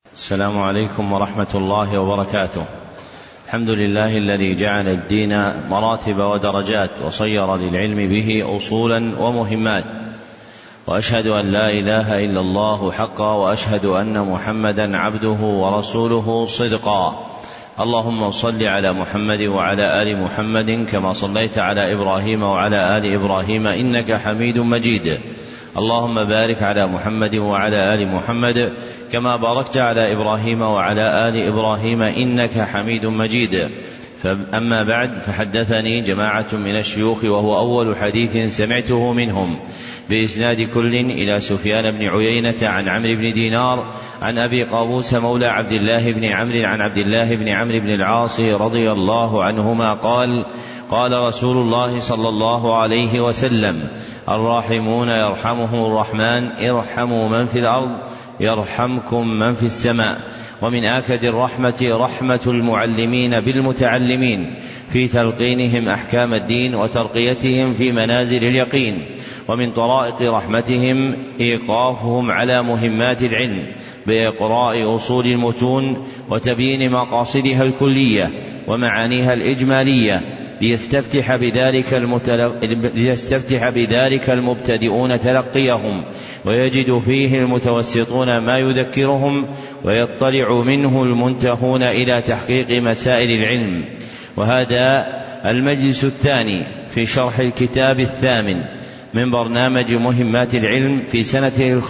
السلام عليكم ورحمة الله وبركاته. الحمد لله الذي جعل الدين مراتب ودرجات وصير للعلم به أصولا ومهمات، وأشهد أن لا إله إلا الله حقا، وأشهد أن محمدا عبده ورسوله صدقا. اللهم صل على محمد وعلى آل محمد كما صليت على إبراهيم وعلى آل إبراهيم إنك حميد مجيد. اللهم بارك على محمد وعلى آل محمد كما باركت على إبراهيم وعلى آل إبراهيم إنك حميد مجيد. أما بعد، فحدثني جماعة من الشيوخ، وهو أول حديث سمعته منهم بإسناد كل إلى سفيان بن عيينة عن عمرو بن دينار عن أبي قابوس مولى عبد الله بن عمرو عن عبد الله بن عمرو بن العاص رضي الله عنهما قال: قال رسول الله صلى الله عليه وسلم: الراحمون يرحمهم الرحمن، ارحموا من في الأرض يرحمكم من في السماء. ومن آكد الرحمة رحمة المعلمين بالمتعلمين في تلقينهم أحكام الدين وترقيتهم في منازل اليقين. ومن طرائق رحمتهم إيقافهم على مهمات العلم بإقراء أصول المتون وتبيين مقاصدها الكلية ومعانيها الإجمالية، ليستفتح بذلك المبتدئون تلقيهم، ويجد فيه المتوسطون ما يذكرهم، ويطلع منه المنتهون إلى تحقيق مسائل العلم. وهذا المجلس الثاني في شرح الكتاب الثامن من برنامج مهمات العلم في سنته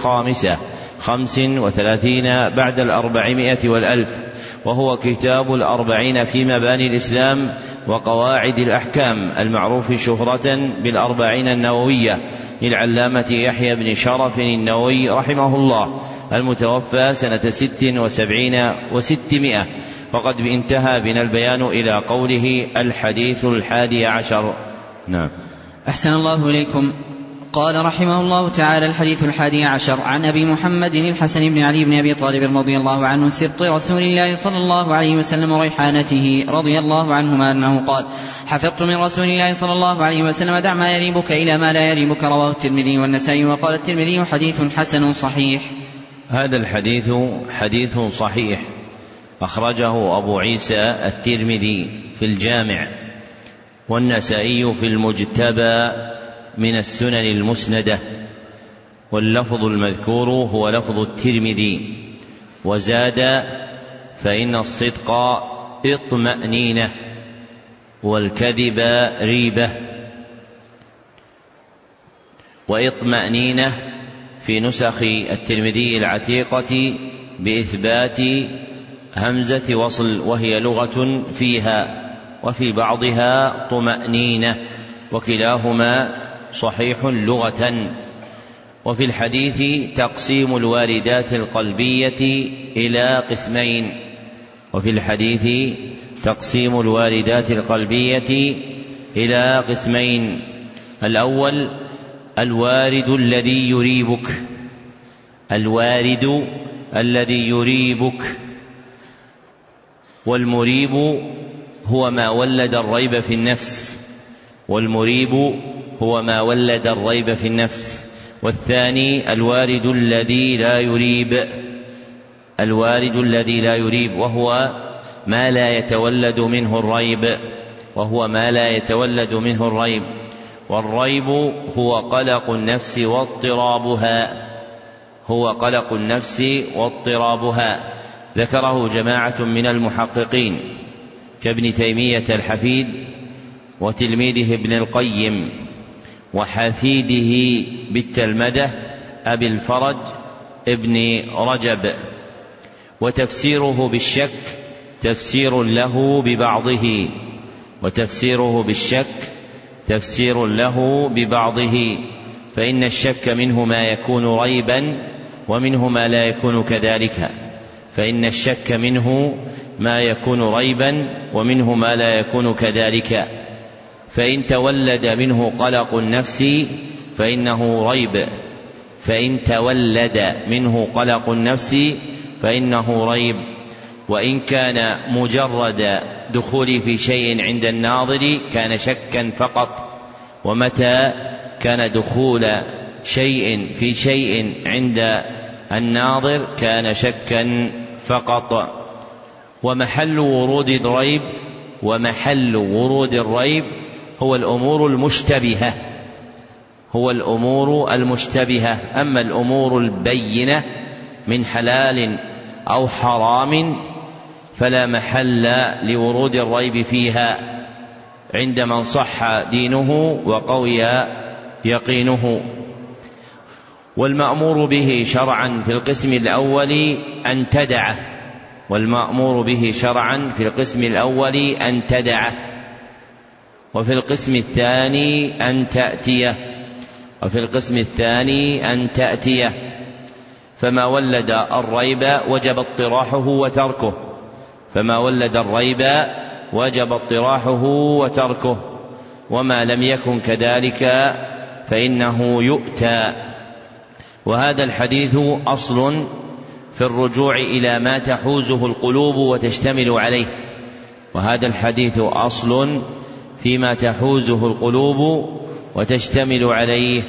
35 بعد 400 و1000، وهو كتاب 40 في مباني الإسلام وقواعد الأحكام، المعروف شهرة بال40 النووية للعلامة يحيى بن شرف النووي رحمه الله، المتوفى سنة 76 و600. وقد انتهى بنا البيان إلى قوله: الحديث 11. نعم. أحسن الله إليكم. قال رحمه الله تعالى: الحديث 11 عن أبي محمد الحسن بن علي بن أبي طالب رضي الله عنه سبط رسول الله صلى الله عليه وسلم وريحانته رضي الله عنهما أنه قال: حفظت من رسول الله صلى الله عليه وسلم: دع ما يريبك إلى ما لا يريبك. رواه الترمذي والنسائي. وقال الترمذي: حديث حسن صحيح. هذا الحديث حديث صحيح، أخرجه أبو عيسى الترمذي في الجامع، والنسائي في المجتبى من السنن المسندة، واللفظ المذكور هو لفظ الترمذي. وزاد: فإن الصدق اطمأنينة والكذب ريبة. واطمأنينة في نسخ الترمذي العتيقة بإثبات همزة وصل، وهي لغة فيها، وفي بعضها طمأنينة، وكلاهما صحيح لغة. وفي الحديث تقسيم الواردات القلبية إلى قسمين. الأول: الوارد الذي يريبك، والمريب هو ما ولد الريب في النفس. والثاني: الوارد الذي لا يريب، وهو ما لا يتولد منه الريب. والريب هو قلق النفس واضطرابها. ذكره جماعة من المحققين كابن تيمية الحفيد، وتلميذه ابن القيم، وحفيده بالتلمذة أبي الفرج ابن رجب. وتفسيره بالشك تفسير له ببعضه، فإن الشك منه ما يكون ريبا ومنه ما لا يكون كذلك. فإن تولد منه قلق النفس فإنه ريب. وإن كان مجرد دخول في شيء عند الناظر كان شكا فقط، ومتى كان دخول شيء في شيء عند الناظر كان شكا فقط. ومحل ورود الريب هو الأمور المشتبهة. أما الأمور البينة من حلال أو حرام فلا محل لورود الريب فيها عند من صح دينه وقوي يقينه. والمأمور به شرعا في القسم الأول أن تدعه، وفي القسم الثاني أن تأتيه، فما ولد الريب وجب اطراحه وتركه، وما لم يكن كذلك فإنه يؤتى. وهذا الحديث أصل في الرجوع إلى ما تحوزه القلوب وتشتمل عليه، وهذا الحديث أصل فيما تحوزه القلوب وتشتمل عليه.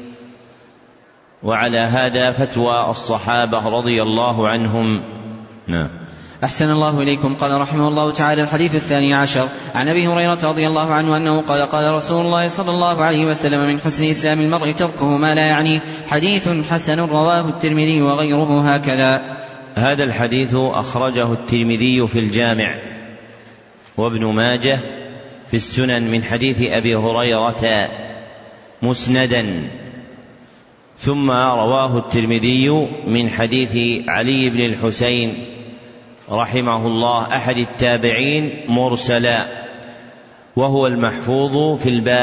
وعلى هذا فتوى الصحابة رضي الله عنهم. نعم. أحسن الله إليكم. قال رحمه الله تعالى: الحديث 12 عن أبي هريرة رضي الله عنه أنه قال: قال رسول الله صلى الله عليه وسلم: من حسن إسلام المرء تركه ما لا يعنيه. حديث حسن رواه الترمذي وغيره هكذا. هذا الحديث أخرجه الترمذي في الجامع وابن ماجه في السنن من حديث أبي هريرة مسندا، ثم رواه الترمذي من حديث علي بن الحسين رحمه الله أحد التابعين مرسلا، وهو المحفوظ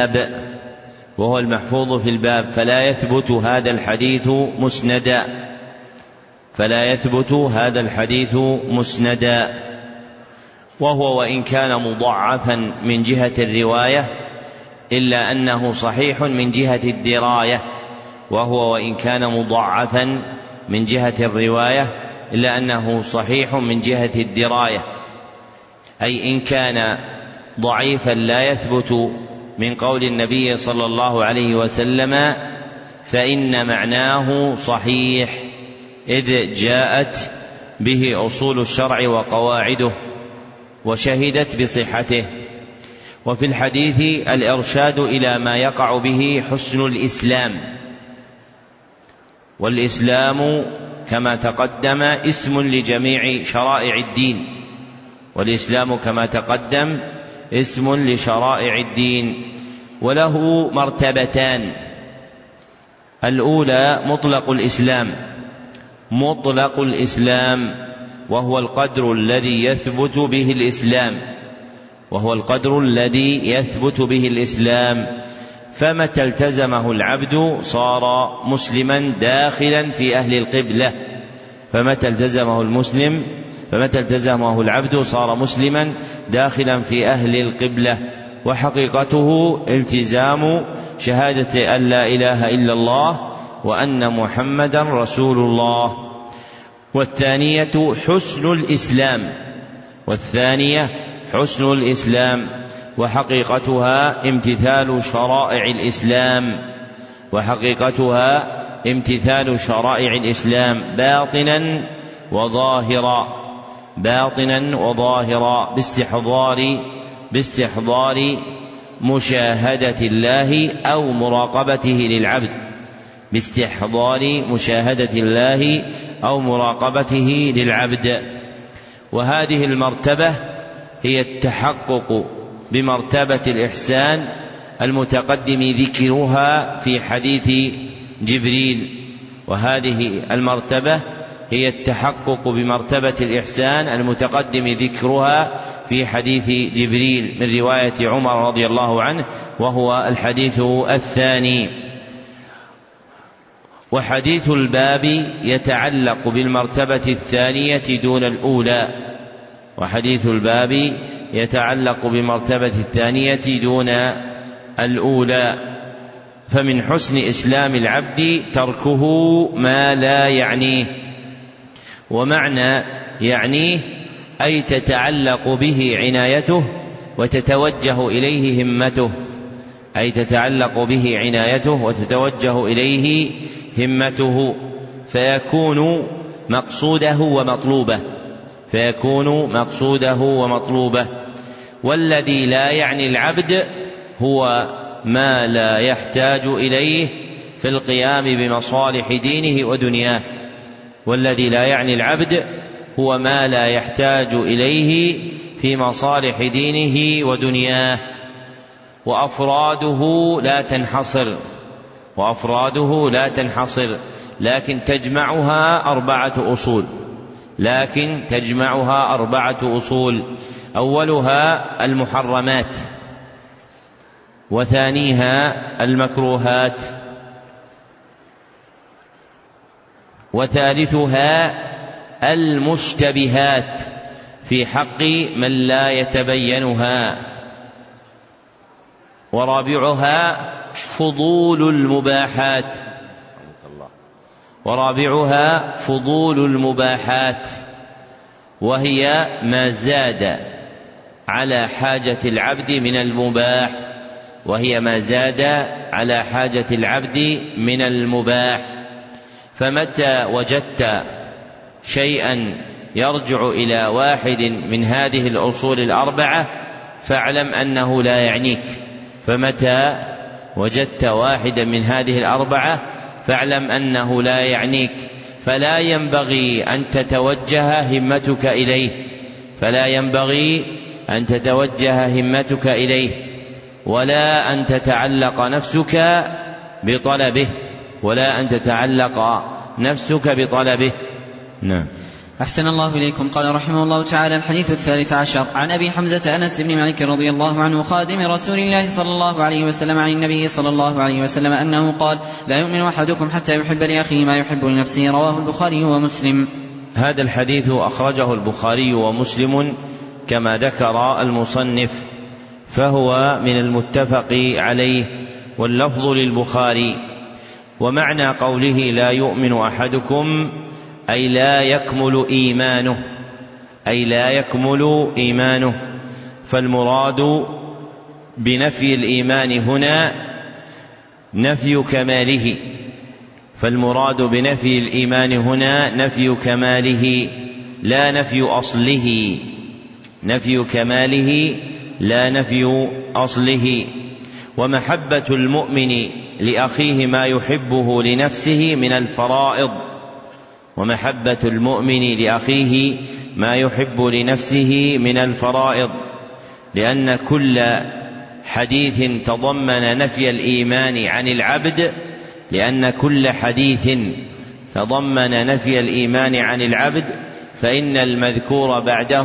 في الباب، فلا يثبت هذا الحديث مسندا، وهو وإن كان مضعفا من جهة الرواية إلا أنه صحيح من جهة الدراية، أي إن كان ضعيفا لا يثبت من قول النبي صلى الله عليه وسلم فإن معناه صحيح، إذ جاءت به أصول الشرع وقواعده وشهدت بصحته. وفي الحديث الإرشاد إلى ما يقع به حسن الإسلام، والإسلام كما تقدم اسم لجميع شرائع الدين، وله مرتبتان: الأولى مطلق الإسلام، وهو القدر الذي يثبت به الإسلام، فمتى التزمه العبد صار مسلما داخلا في أهل القبلة، فمتى التزمه العبد صار مسلما داخلا في أهل القبلة. وحقيقته التزام شهادة أن لا إله إلا الله وأن محمدا رسول الله. والثانية حسن الإسلام، وحقيقتها امتثال شرائع الإسلام باطنا وظاهرا باستحضار مشاهدة الله أو مراقبته للعبد. وهذه المرتبة هي التحقق بمرتبة الإحسان المتقدم ذكرها في حديث جبريل من رواية عمر رضي الله عنه، وهو الحديث الثاني. وحديث الباب يتعلق بالمرتبة الثانية دون الأولى. فمن حسن إسلام العبد تركه ما لا يعنيه. ومعنى يعنيه أي تتعلق به عنايته وتتوجه إليه همته، فيكون مقصوده ومطلوبه، فيكون مقصوده ومطلوبه. والذي لا يعني العبد هو ما لا يحتاج إليه في القيام بمصالح دينه ودنياه. والذي لا يعني العبد هو ما لا يحتاج إليه في مصالح دينه ودنياه. وأفراده لا تنحصر لكن تجمعها أربعة أصول. أولها المحرمات، وثانيها المكروهات، وثالثها المشتبهات في حق من لا يتبينها، ورابعها فضول المباحات وهي ما زاد على حاجة العبد من المباح. فمتى وجدت شيئا يرجع إلى واحد من هذه الأصول الأربعة فاعلم أنه لا يعنيك. فلا ينبغي أن تتوجه همتك إليه ولا أن تتعلق نفسك بطلبه. نعم. أحسن الله إليكم. قال رحمه الله تعالى: الحديث 13 عن أبي حمزة أنس بن مالك رضي الله عنه خادم رسول الله صلى الله عليه وسلم عن النبي صلى الله عليه وسلم أنه قال: لا يؤمن أحدكم حتى يحب لأخيه ما يحب لنفسه. رواه البخاري ومسلم. هذا الحديث أخرجه البخاري ومسلم كما ذكر المصنف، فهو من المتفق عليه، واللفظ للبخاري. ومعنى قوله لا يؤمن أحدكم أي لا يكمل إيمانه. فالمراد بنفي الإيمان هنا نفي كماله لا نفي أصله. ومحبة المؤمن لأخيه ما يحبه لنفسه من الفرائض، لأن كل حديث تضمن نفي الإيمان عن العبد فإن المذكور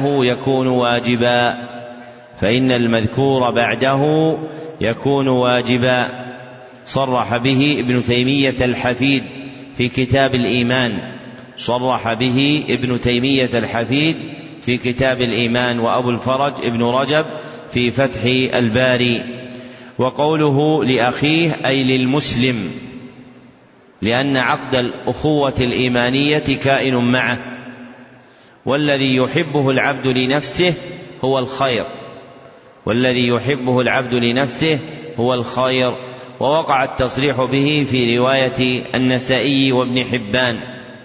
بعده يكون واجبا. صرح به ابن تيمية الحفيد في كتاب الإيمان وأبو الفرج ابن رجب في فتح الباري. وقوله لأخيه أي للمسلم، لأن عقد الأخوة الإيمانية كائن معه، والذي يحبه العبد لنفسه هو الخير. ووقع التصريح به في رواية النسائي وابن حبان: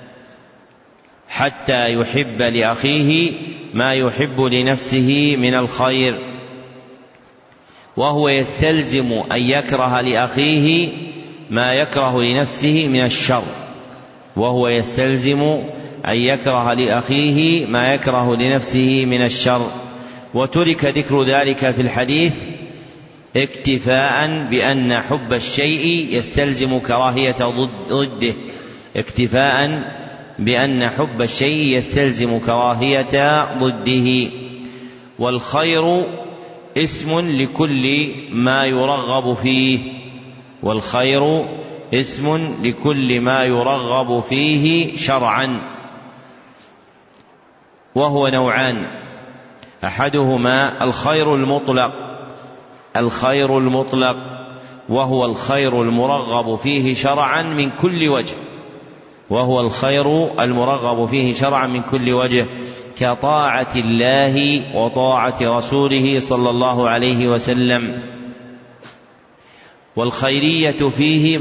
حتى يحب لأخيه ما يحب لنفسه من الخير. وهو يستلزم أن يكره لأخيه ما يكره لنفسه من الشر. وترك ذكر ذلك في الحديث اكتفاء بأن حب الشيء يستلزم كراهية ضده. والخير اسم لكل ما يرغب فيه شرعا، وهو نوعان: أحدهما الخير المطلق وهو الخير المرغب فيه شرعا من كل وجه كطاعة الله وطاعة رسوله صلى الله عليه وسلم. والخيرية فيه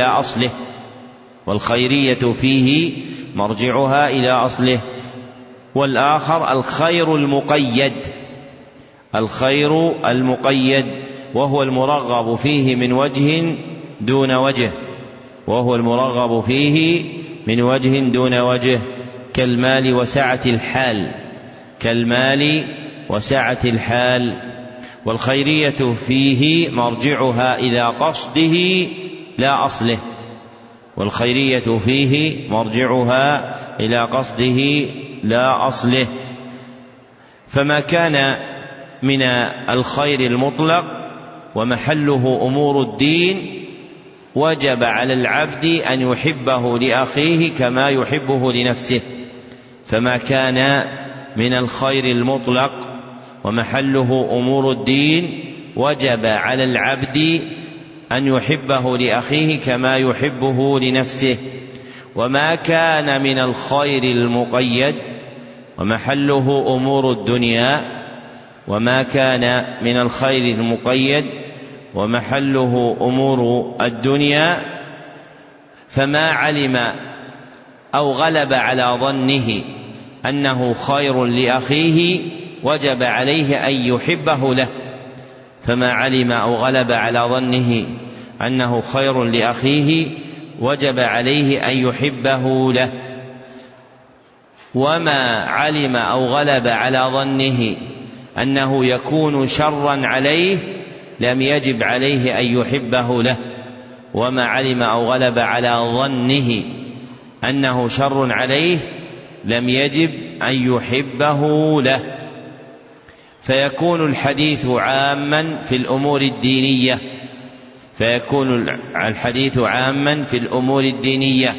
مرجعها إلى أصله والآخر الخير المقيد، الخير المقيد وهو المرغب فيه من وجه دون وجه، وهو المرغب فيه من وجه دون وجه، كالمال وسعة الحال، كالمال وسعة الحال. والخيرية فيه مرجعها إلى قصده لا أصله، والخيرية فيه مرجعها إلى قصده لا أصله. فما كان من الخير المطلق ومحله أمور الدين وجب على العبد أن يحبه لأخيه كما يحبه لنفسه. فما كان من الخير المطلق ومحله أمور الدين وجب على العبد أن يحبه لأخيه كما يحبه لنفسه. وما كان من الخير المقيد ومحله أمور الدنيا، وما كان من الخير المقيد ومحله أمور الدنيا، فما علم أو غلب على ظنه أنه خير لأخيه وجب عليه أن يحبه له. فما علم أو غلب على ظنه أنه خير لأخيه وجب عليه أن يحبه له. وما علم أو غلب على ظنه أنه يكون شرا عليه لم يجب عليه أن يحبه له. وما علم أو غلب على ظنه أنه شر عليه لم يجب أن يحبه له. فيكون الحديث عاما في الأمور الدينية، فيكون الحديث عاما في الأمور الدينية،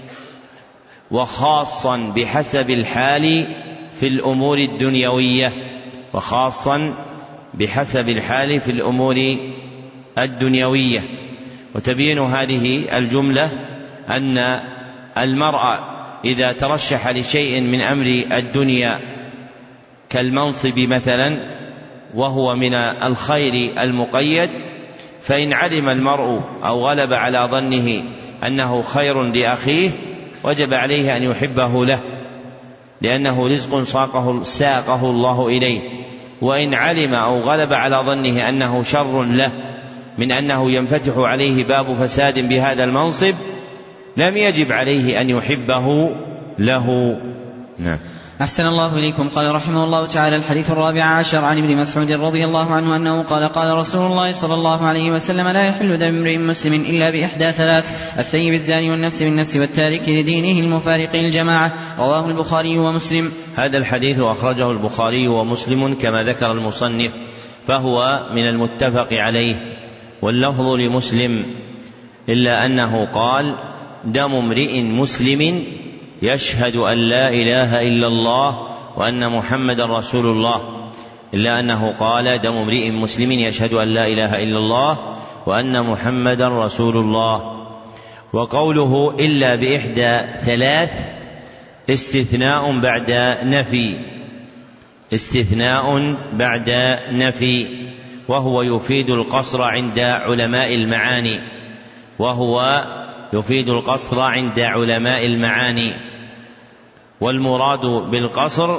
وخاصا بحسب الحال في الأمور الدنيوية، وخاصا بحسب الحال في الأمور الدنيوية. وتبين هذه الجملة أن المرء إذا ترشح لشيء من أمر الدنيا كالمنصب مثلا وهو من الخير المقيد، فإن علم المرء أو غلب على ظنه أنه خير لأخيه وجب عليه أن يحبه له، لأنه رزق ساقه الله إليه. وإن علم أو غلب على ظنه أنه شر له من أنه ينفتح عليه باب فساد بهذا المنصب لم يجب عليه أن يحبه له. نعم. أحسن الله إليكم. قال رحمه الله تعالى: الحديث 14 عن ابن مسعود رضي الله عنه أنه قال: قال رسول الله صلى الله عليه وسلم: لا يحل دم امرئ مسلم إلا بإحدى ثلاث: الثيب الزاني والنفس بالنفس والتارك لدينه المفارق للجماعة. رواه البخاري ومسلم. هذا الحديث أخرجه البخاري ومسلم كما ذكر المصنف، فهو من المتفق عليه، واللفظ لمسلم، إلا أنه قال: دم امرئ مسلم يشهد أن لا إله إلا الله وأن محمد رسول الله، إلا أنه قال: دم امرئ مسلم يشهد أن لا إله إلا الله وأن محمد رسول الله. وقوله إلا بإحدى ثلاث استثناء بعد نفي، استثناء بعد نفي، وهو يفيد القصر عند علماء المعاني، وهو يفيد القصر عند علماء المعاني. والمراد بالقصر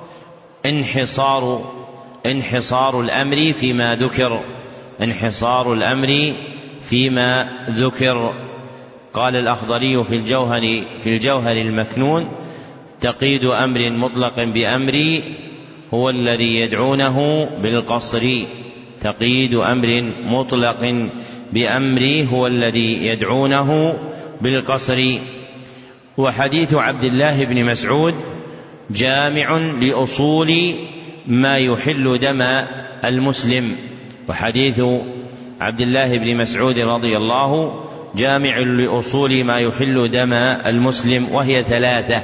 انحصار الأمر فيما ذكر، انحصار الأمر فيما ذكر. قال الأخضري في الجوهر المكنون: تقييد أمر مطلق بأمر هو الذي يدعونه بالقصر، تقييد أمر مطلق بأمر هو الذي يدعونه بالقصر. وحديث عبد الله بن مسعود جامع لأصول ما يحل دم المسلم، وحديث عبد الله بن مسعود رضي الله جامع لأصول ما يحل دم المسلم، وهي ثلاثة: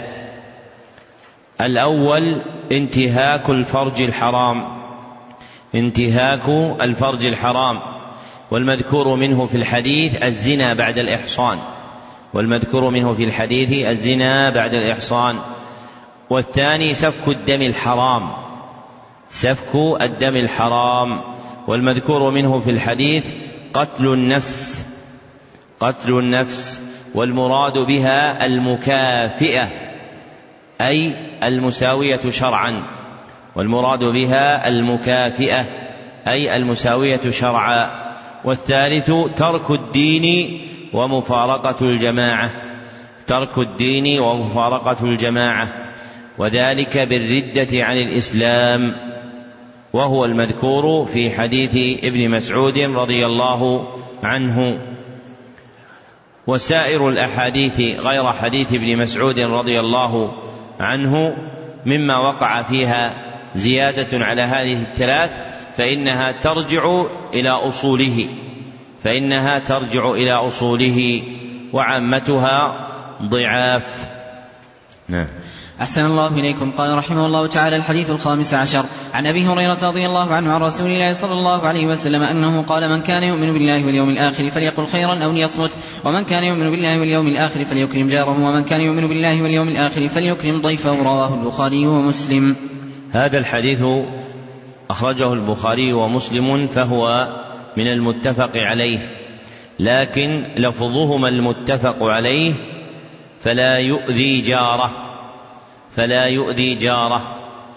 الأول انتهاك الفرج الحرام، انتهاك الفرج الحرام، والمذكور منه في الحديث الزنا بعد الإحصان، والمذكور منه في الحديث الزنا بعد الإحصان. والثاني سفك الدم الحرام، سفك الدم الحرام، والمذكور منه في الحديث قتل النفس، قتل النفس، والمراد بها المكافئة، أي المساوية شرعا، والمراد بها المكافئة أي المساوية شرعا. والثالث ترك الدين ومفارقة الجماعة، ترك الدين ومفارقة الجماعة، وذلك بالردة عن الإسلام، وهو المذكور في حديث ابن مسعود رضي الله عنه. وسائر الأحاديث غير حديث ابن مسعود رضي الله عنه مما وقع فيها زيادة على هذه الثلاث فإنها ترجع إلى أصوله وعامتها ضعاف. نعم. أحسن الله إليكم. قال رحمه الله تعالى: الحديث 15 عن أبي هريرة رضي الله عنه عن رسول الله صلى الله عليه وسلم أنه قال: من كان يؤمن بالله واليوم الآخر فليقل خيرا أو ليصمت، ومن كان يؤمن بالله واليوم الآخر فليكرم جاره، ومن كان يؤمن بالله واليوم الآخر فليكرم ضيفه. رواه البخاري ومسلم. هذا الحديث أخرجه البخاري ومسلم فهو من المتفق عليه، لكن لفظهما المتفق عليه فلا يؤذي جاره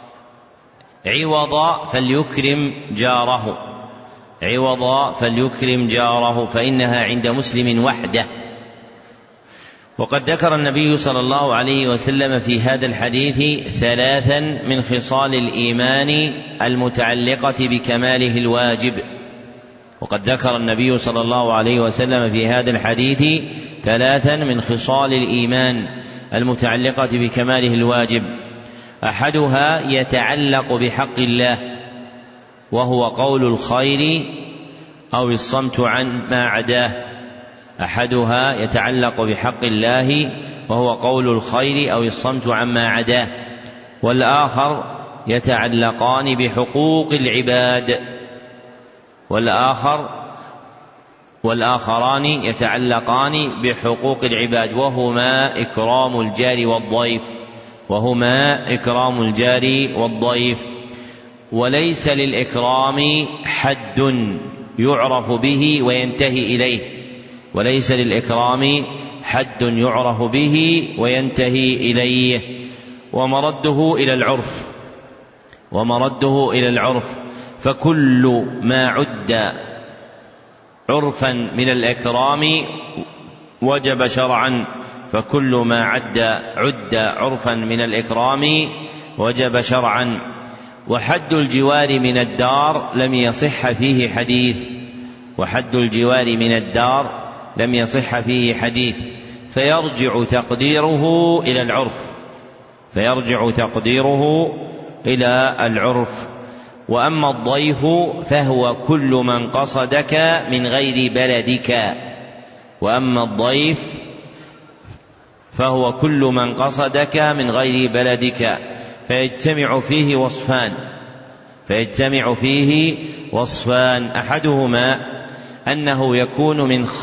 عوض فليكرم جاره فإنها عند مسلم وحده. وقد ذكر النبي صلى الله عليه وسلم في هذا الحديث ثلاثا من خصال الإيمان المتعلقة بكماله الواجب. وقد ذكر النبي صلى الله عليه وسلم في هذا الحديث ثلاثا من خصال الإيمان المتعلقة بكماله الواجب. أحدها يتعلق بحق الله وهو قول الخير أو الصمت عن ما عداه. أحدها يتعلق بحق الله وهو قول الخير أو الصمت عما عداه. يتعلقان بحقوق العباد، والآخران يتعلقان بحقوق العباد وهما إكرام الجار والضيف. وليس للإكرام حد يعرف به وينتهي إليه ومرده إلى العرف. فكل ما عد عرفا من الإكرام وجب شرعا. وحد الجوار من الدار لم يصح فيه حديث فيرجع تقديره إلى العرف. وأما الضيف فهو كل من قصدك من غير بلدك فيجتمع فيه وصفان: أحدهما أنه يكون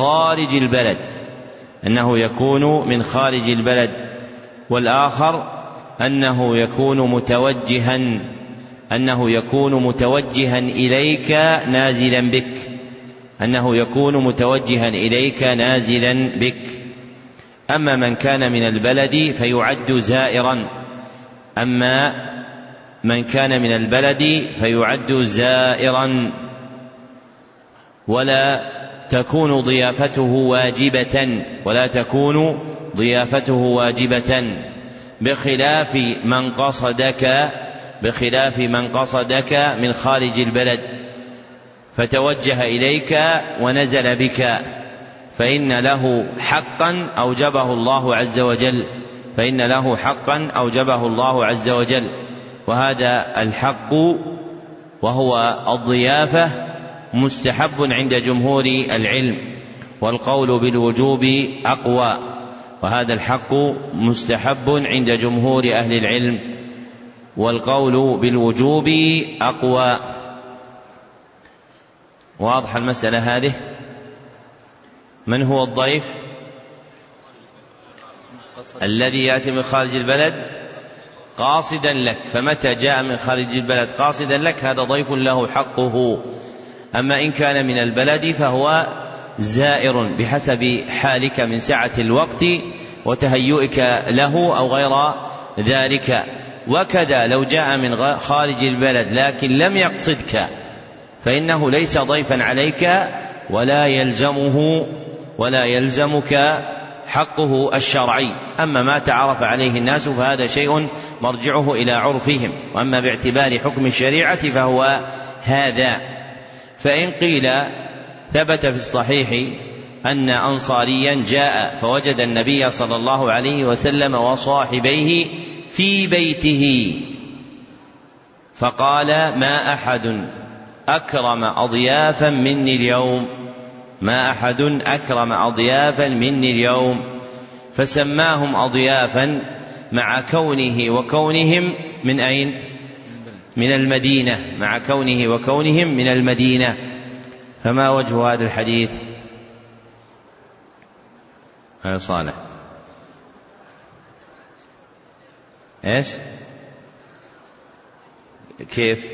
من خارج البلد، والآخر أنه يكون متوجها إليك نازلا بك. أما من كان من البلد فيعد زائرا ولا تكون ضيافته واجبة بخلاف من قصدك من خارج البلد فتوجه إليك ونزل بك، فإن له حقا أوجبه الله عز وجل، وهذا الحق وهو الضيافة مستحب عند جمهور العلم، والقول بالوجوب أقوى، وهذا الحق مستحب عند جمهور أهل العلم والقول بالوجوب أقوى. واضح المسألة هذه؟ من هو الضيف؟ الذي يأتي من خارج البلد قاصدا لك، فمتى جاء من خارج البلد قاصدا لك هذا ضيف له حقه. أما إن كان من البلد فهو زائر بحسب حالك من سعة الوقت وتهيئك له أو غير ذلك. وكذا لو جاء من خارج البلد لكن لم يقصدك فإنه ليس ضيفا عليك ولا يلزمك حقه الشرعي. أما ما تعرف عليه الناس فهذا شيء مرجعه إلى عرفهم، وأما باعتبار حكم الشريعة فهو هذا. فإن قيل ثبت في الصحيح أن أنصاريا جاء فوجد النبي صلى الله عليه وسلم وصاحبيه في بيته فقال: ما أحد أكرم أضيافا مني اليوم، فسماهم أضيافا مع كونه وكونهم من أين؟ من المدينة. فما وجه هذا الحديث يا صالح؟ إيش؟ كيف؟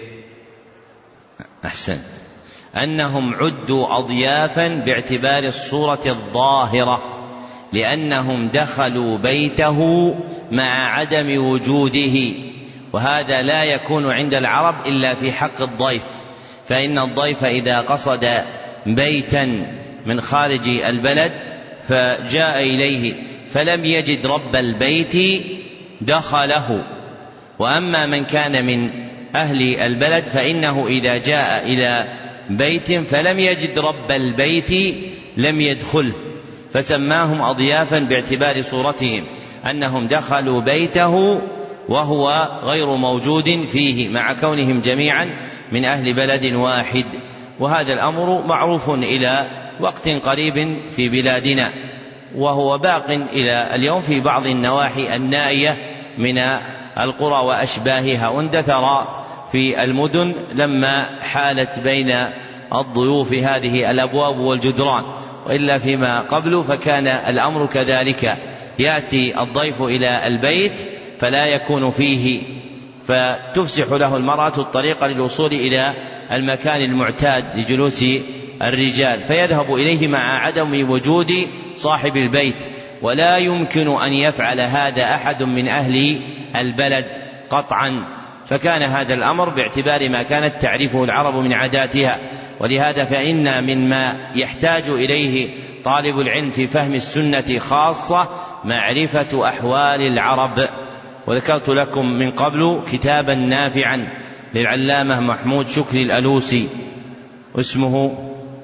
أحسن، أنهم عدوا أضيافا باعتبار الصورة الظاهرة، لأنهم دخلوا بيته مع عدم وجوده، وهذا لا يكون عند العرب إلا في حق الضيف، فإن الضيف إذا قصد بيتا من خارج البلد فجاء إليه فلم يجد رب البيت دخله. وأما من كان من أهل البلد فإنه إذا جاء إلى بيت فلم يجد رب البيت لم يدخله، فسماهم أضيافا باعتبار صورتهم أنهم دخلوا بيته وهو غير موجود فيه مع كونهم جميعا من أهل بلد واحد. وهذا الأمر معروف إلى وقت قريب في بلادنا، وهو باق إلى اليوم في بعض النواحي النائية من القرى وأشباهها، واندثر في المدن لما حالت بين الضيوف هذه الأبواب والجدران، وإلا فيما قبل فكان الأمر كذلك، يأتي الضيف إلى البيت فلا يكون فيه، فتفسح له المرأة الطريق للوصول إلى المكان المعتاد لجلوس الرجال فيذهب إليه مع عدم وجود صاحب البيت، ولا يمكن أن يفعل هذا أحد من أهل البلد قطعا. فكان هذا الأمر باعتبار ما كانت تعرفه العرب من عاداتها. ولهذا فإن مما يحتاج إليه طالب العلم في فهم السنة خاصة معرفة أحوال العرب. وذكرت لكم من قبل كتابا نافعا للعلامة محمود شكري الألوسي اسمه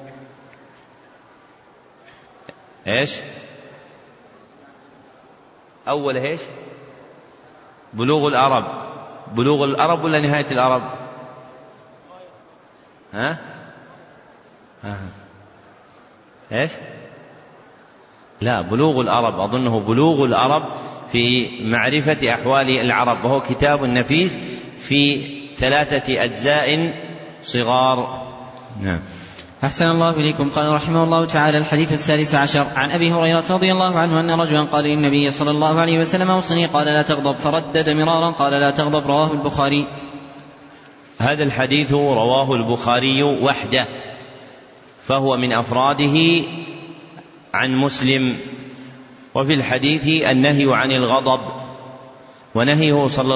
ايش؟ أول ايش؟ بلوغ العرب ولا نهاية العرب؟ ايش؟ لا، بلوغ العرب، أظنه بلوغ العرب في معرفة أحوال العرب، وهو كتاب نفيس في 3 أجزاء صغار. نعم. أحسن الله إليكم. قال رحمه الله تعالى: الحديث 16 عن أبي هريرة رضي الله عنه أن رجلا قال للنبي صلى الله عليه وسلم: أوصني، قال: لا تغضب، فردد مرارا قال: لا تغضب. رواه البخاري. هذا الحديث رواه البخاري وحده، فهو من أفراده عن مسلم. وفي الحديث النهي عن الغضب، ونهيه صلى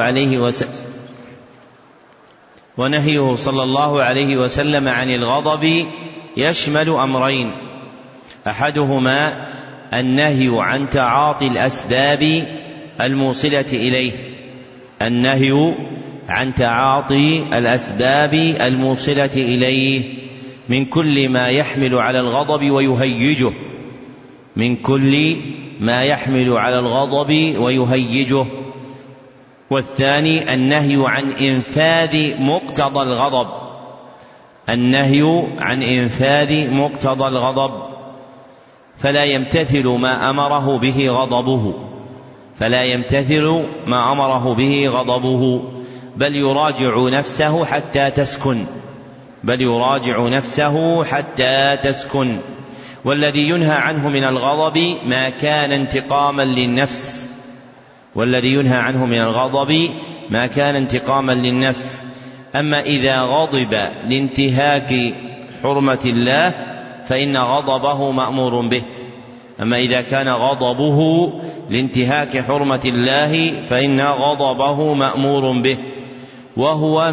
الله عليه وسلم عن الغضب يشمل أمرين: أحدهما النهي عن تعاطي الأسباب الموصلة إليه، النهي عن تعاطي الأسباب الموصلة إليه من كل ما يحمل على الغضب ويهيجه، من كل ما يحمل على الغضب ويهيجه. والثاني النهي عن إنفاذ مقتضى الغضب، النهي عن إنفاذ مقتضى الغضب، فلا يمتثل ما أمره به غضبه، فلا يمتثل ما أمره به غضبه، بل يراجع نفسه حتى تسكن، بل يراجع نفسه حتى تسكن. والذي ينهى عنه من الغضب ما كان انتقاما للنفس، والذي ينهى عنه من الغضب ما كان انتقاما للنفس. أما إذا غضب لانتهاك حرمة الله فإن غضبه مأمور به، أما إذا كان غضبه لانتهاك حرمة الله فإن غضبه مأمور به، وهو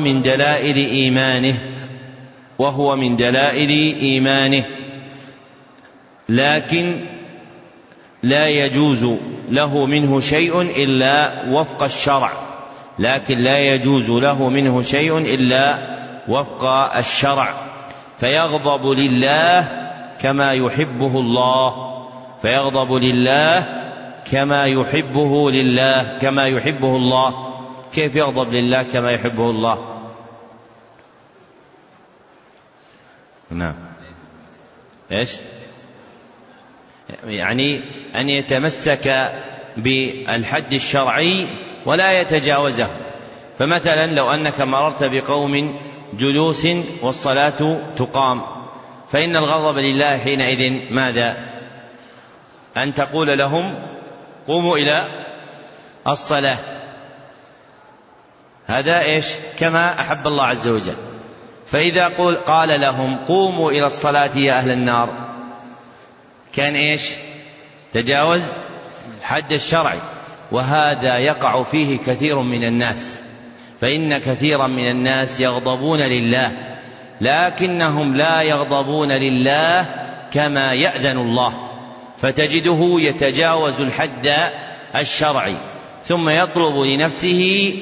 من دلائل إيمانه، لكن لا يجوز له منه شيء إلا وفق الشرع، فيغضب لله كما يحبه الله. كيف يغضب لله كما يحبه الله؟ نعم، إيش؟ يعني أن يتمسك بالحد الشرعي ولا يتجاوزه. فمثلا لو أنك مررت بقوم جلوس والصلاة تقام، فإن الغضب لله حينئذ ماذا؟ أن تقول لهم قوموا إلى الصلاة، هذا إيش؟ كما أحب الله عز وجل. فإذا قال لهم قوموا إلى الصلاة يا أهل النار، كان إيش؟ تجاوز حد الشرع. وهذا يقع فيه كثير من الناس، فإن كثيرا من الناس يغضبون لله، لكنهم لا يغضبون لله كما يأذن الله، فتجده يتجاوز الحد الشرعي ثم يطلب لنفسه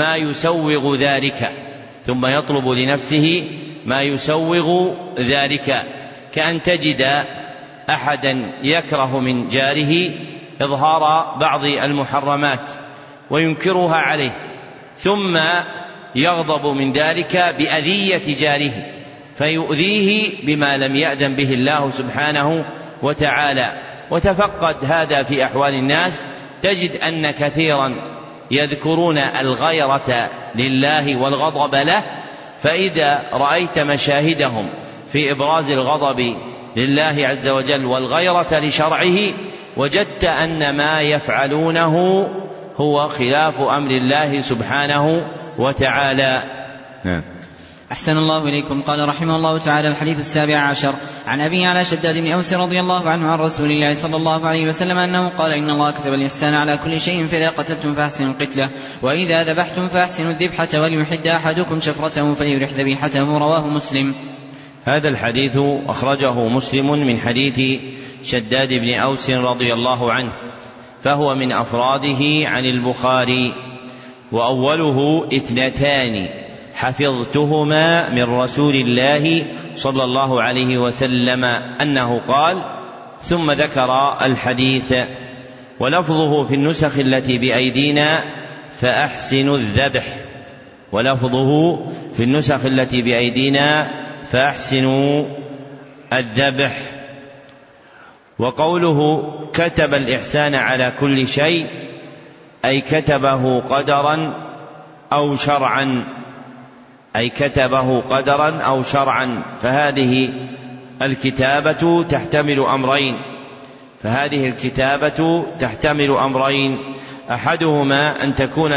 ما يسوغ ذلك، كأن تجد أحدا يكره من جاره إظهار بعض المحرمات وينكرها عليه، ثم يغضب من ذلك بأذية جاره فيؤذيه بما لم يأذن به الله سبحانه وتعالى. وتفقد هذا في أحوال الناس، تجد أن كثيرا يذكرون الغيرة لله والغضب له، فإذا رأيت مشاهدهم في إبراز الغضب لله عز وجل والغيرة لشرعه، وجدت أن ما يفعلونه هو خلاف أمر الله سبحانه وتعالى. أحسن الله إليكم. قال رحمه الله تعالى: الحديث 17 عن أبي على شداد بن أوس رضي الله عنه عن رسول الله صلى الله عليه وسلم أنه قال: إن الله كتب الإحسان على كل شيء، فإذا قتلتم فأحسنوا القتلة، وإذا ذبحتم فأحسنوا الذبحة، وليحد أحدكم شفرته فليرح ذبيحته. رواه مسلم. هذا الحديث أخرجه مسلم من حديث شداد بن أوس رضي الله عنه، فهو من أفراده عن البخاري. وأوله 2 حفظتهما من رسول الله صلى الله عليه وسلم أنه قال، ثم ذكر الحديث. ولفظه في النسخ التي بأيدينا فأحسنوا الذبح. وقوله كتب الإحسان على كل شيء أي كتبه قدرا أو شرعا، فهذه الكتابة تحتمل أمرين، أحدهما أن تكون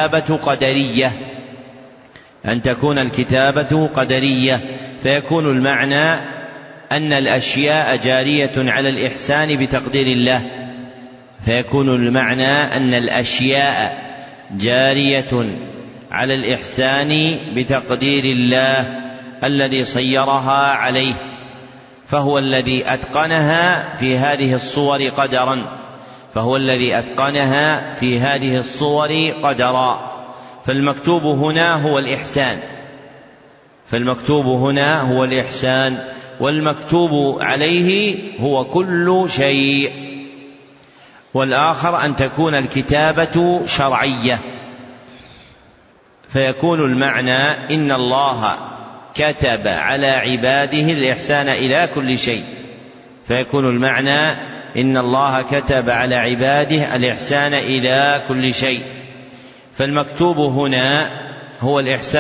الكتابة قدرية، فيكون المعنى أن الأشياء جارية على الإحسان بتقدير الله الذي صيرها عليه، فهو الذي أتقنها في هذه الصور قدرا. فالمكتوب هنا هو الإحسان، والمكتوب عليه هو كل شيء. والآخر أن تكون الكتابة شرعية، فيكون المعنى إن الله كتب على عباده الإحسان إلى كل شيء، فالمكتوب هنا هو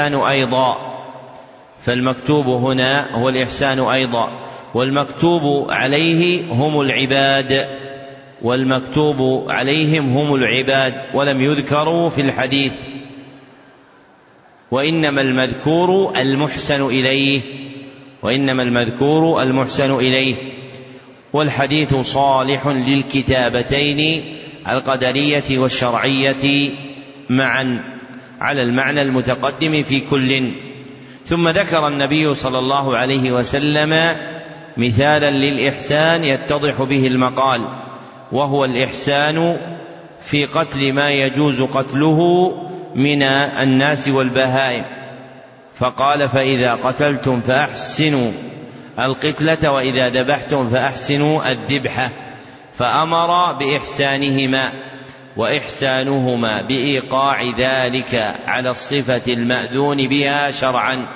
الإحسان أيضا، والمكتوب عليه هم العباد، ولم يذكروا في الحديث، وإنما المذكور المحسن إليه. والحديث صالح للكتابتين القدرية والشرعية معا على المعنى المتقدم في كل. ثم ذكر النبي صلى الله عليه وسلم مثالا للإحسان يتضح به المقال، وهو الإحسان في قتل ما يجوز قتله من الناس والبهائم، فقال: فإذا قتلتم فأحسنوا القتلة وإذا ذبحتم فأحسنوا الذبحة، فأمر بإحسانهما، وإحسانهما بإيقاع ذلك على الصفة المأذون بها شرعا،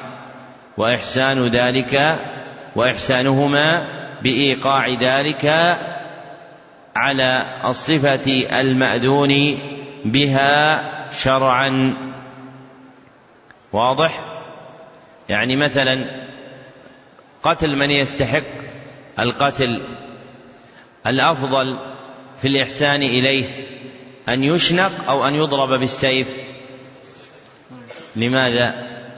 وإحسانهما بإيقاع ذلك على الصفة المأذون بها شرعا. واضح؟ يعني مثلا قتل من يستحق القتل، الأفضل في الإحسان إليه أن يشنق أو أن يضرب بالسيف. لماذا؟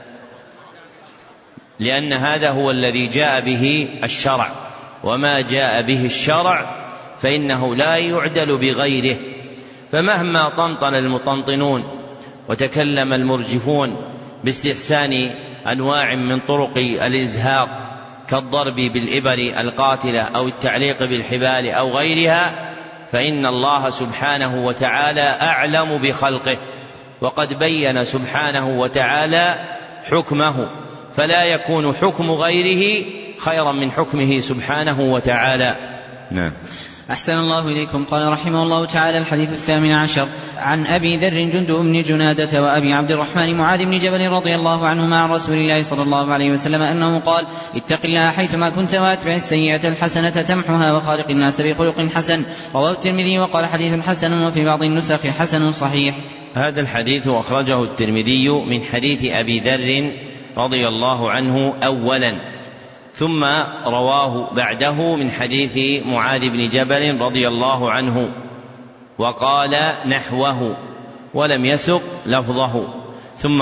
لأن هذا هو الذي جاء به الشرع، وما جاء به الشرع فإنه لا يعدل بغيره. فمهما طنطن المطنطنون وتكلم المرجفون باستحسان أنواع من طرق الإزهاق كالضرب بالإبر القاتلة أو التعليق بالحبال أو غيرها، فإن الله سبحانه وتعالى أعلم بخلقه، وقد بين سبحانه وتعالى حكمه، فلا يكون حكم غيره خيرا من حكمه سبحانه وتعالى. نعم. أحسن الله إليكم. قال رحمه الله تعالى: الحديث 18 عن أبي ذر جندب بن جنادة وأبي عبد الرحمن معاذ بن جبل رضي الله عنهما عن رسول الله صلى الله عليه وسلم أنه قال: اتق الله حيثما كنت واتبع السيئة الحسنة تمحها وخالق الناس بخلق حسن. رواه الترمذي وقال: حديث حسن، وفي بعض النسخ حسن صحيح. هذا الحديث أخرجه الترمذي من حديث أبي ذر رضي الله عنه أولا، ثم رواه بعده من حديث معاذ بن جبل رضي الله عنه، وقال نحوه ولم يسق لفظه. ثم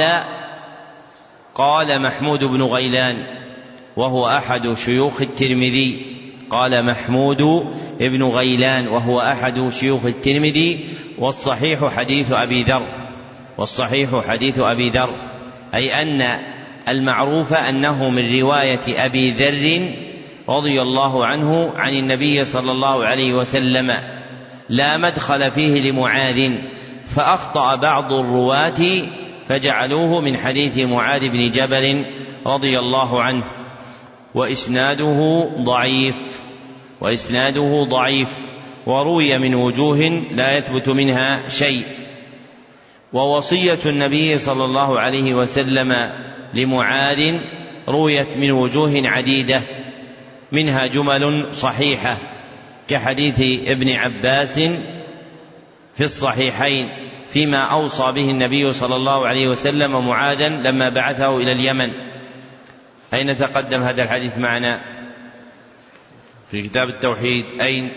قال محمود بن غيلان وهو أحد شيوخ الترمذي، قال محمود بن غيلان وهو أحد شيوخ الترمذي: والصحيح حديث أبي ذر، أي أن المعروف أنه من رواية أبي ذر رضي الله عنه عن النبي صلى الله عليه وسلم، لا مدخل فيه لمعاذ، فأخطأ بعض الرواة فجعلوه من حديث معاذ بن جبل رضي الله عنه، وإسناده ضعيف، وروي من وجوه لا يثبت منها شيء. ووصية النبي صلى الله عليه وسلم لمعاذ رويت من وجوه عديدة، منها جمل صحيحة كحديث ابن عباس في الصحيحين فيما أوصى به النبي صلى الله عليه وسلم معاذا لما بعثه إلى اليمن. أين تقدم هذا الحديث معنا؟ في كتاب التوحيد. أين؟